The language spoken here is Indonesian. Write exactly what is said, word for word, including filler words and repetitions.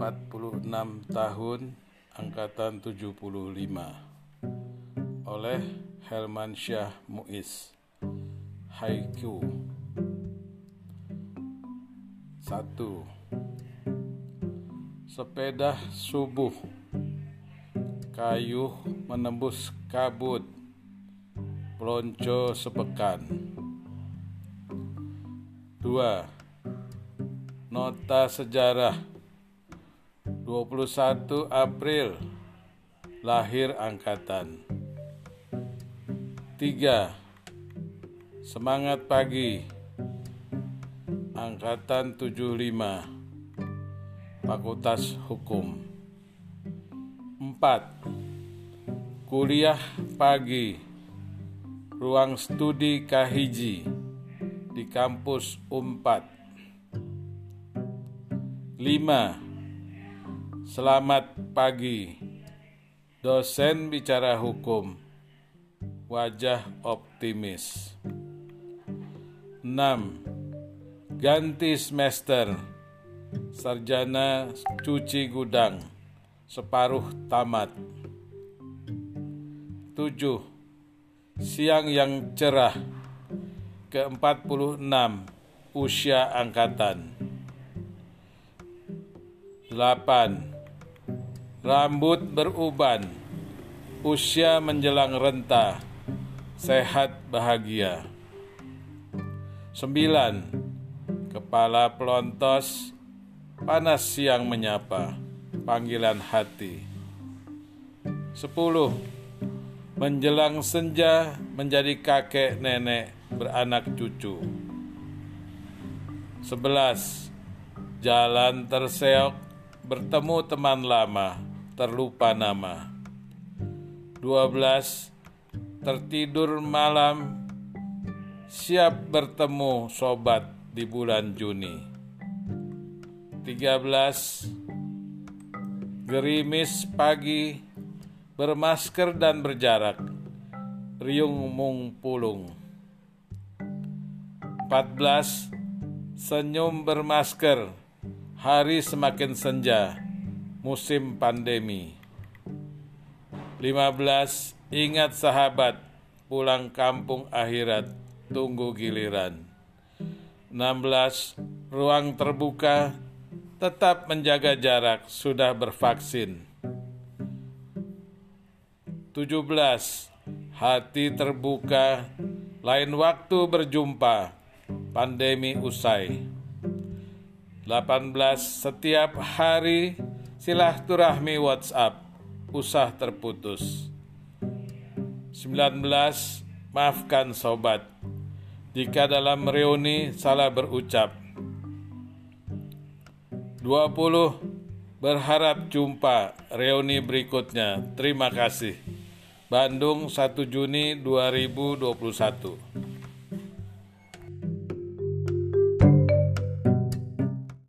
empat puluh enam tahun angkatan tujuh puluh lima oleh Helmansyah Muiz. Haiku. Satu. Sepeda subuh, kayu menembus kabut, pelonco sepekan. Dua. Nota sejarah, dua puluh satu April, lahir angkatan. Tiga. Semangat pagi, angkatan tujuh puluh lima, Fakultas Hukum. Empat. Kuliah pagi, ruang studi Kahiji di kampus Unpad. Lima. Selamat pagi, dosen bicara hukum, wajah optimis. Enam. Ganti semester, sarjana cuci gudang, separuh tamat. Tujuh. Siang yang cerah, ke empat puluh enam, usia angkatan. Delapan. Rambut beruban, usia menjelang renta, sehat bahagia. Sembilan. Kepala pelontos, panas siang menyapa, panggilan hati. Sepuluh. Menjelang senja, menjadi kakek nenek, beranak cucu. Sebelas. Jalan terseok, bertemu teman lama, terlupa nama. Dua belas. Tertidur malam, siap bertemu sobat di bulan Juni. Tiga belas. Gerimis pagi, bermasker dan berjarak, riung mung pulung. Empat belas. Senyum bermasker, hari semakin senja, musim pandemi. Lima belas. Ingat sahabat, pulang kampung akhirat, tunggu giliran. Enam belas. Ruang terbuka, tetap menjaga jarak, sudah bervaksin. Tujuh belas. Hati terbuka, lain waktu berjumpa, pandemi usai. Delapan belas. Setiap hari silaturahmi WhatsApp, usah terputus. Sembilan belas. Maafkan sobat jika dalam reuni salah berucap. Dua puluh. Berharap jumpa reuni berikutnya. Terima kasih. Bandung, satu Juni dua ribu dua puluh satu.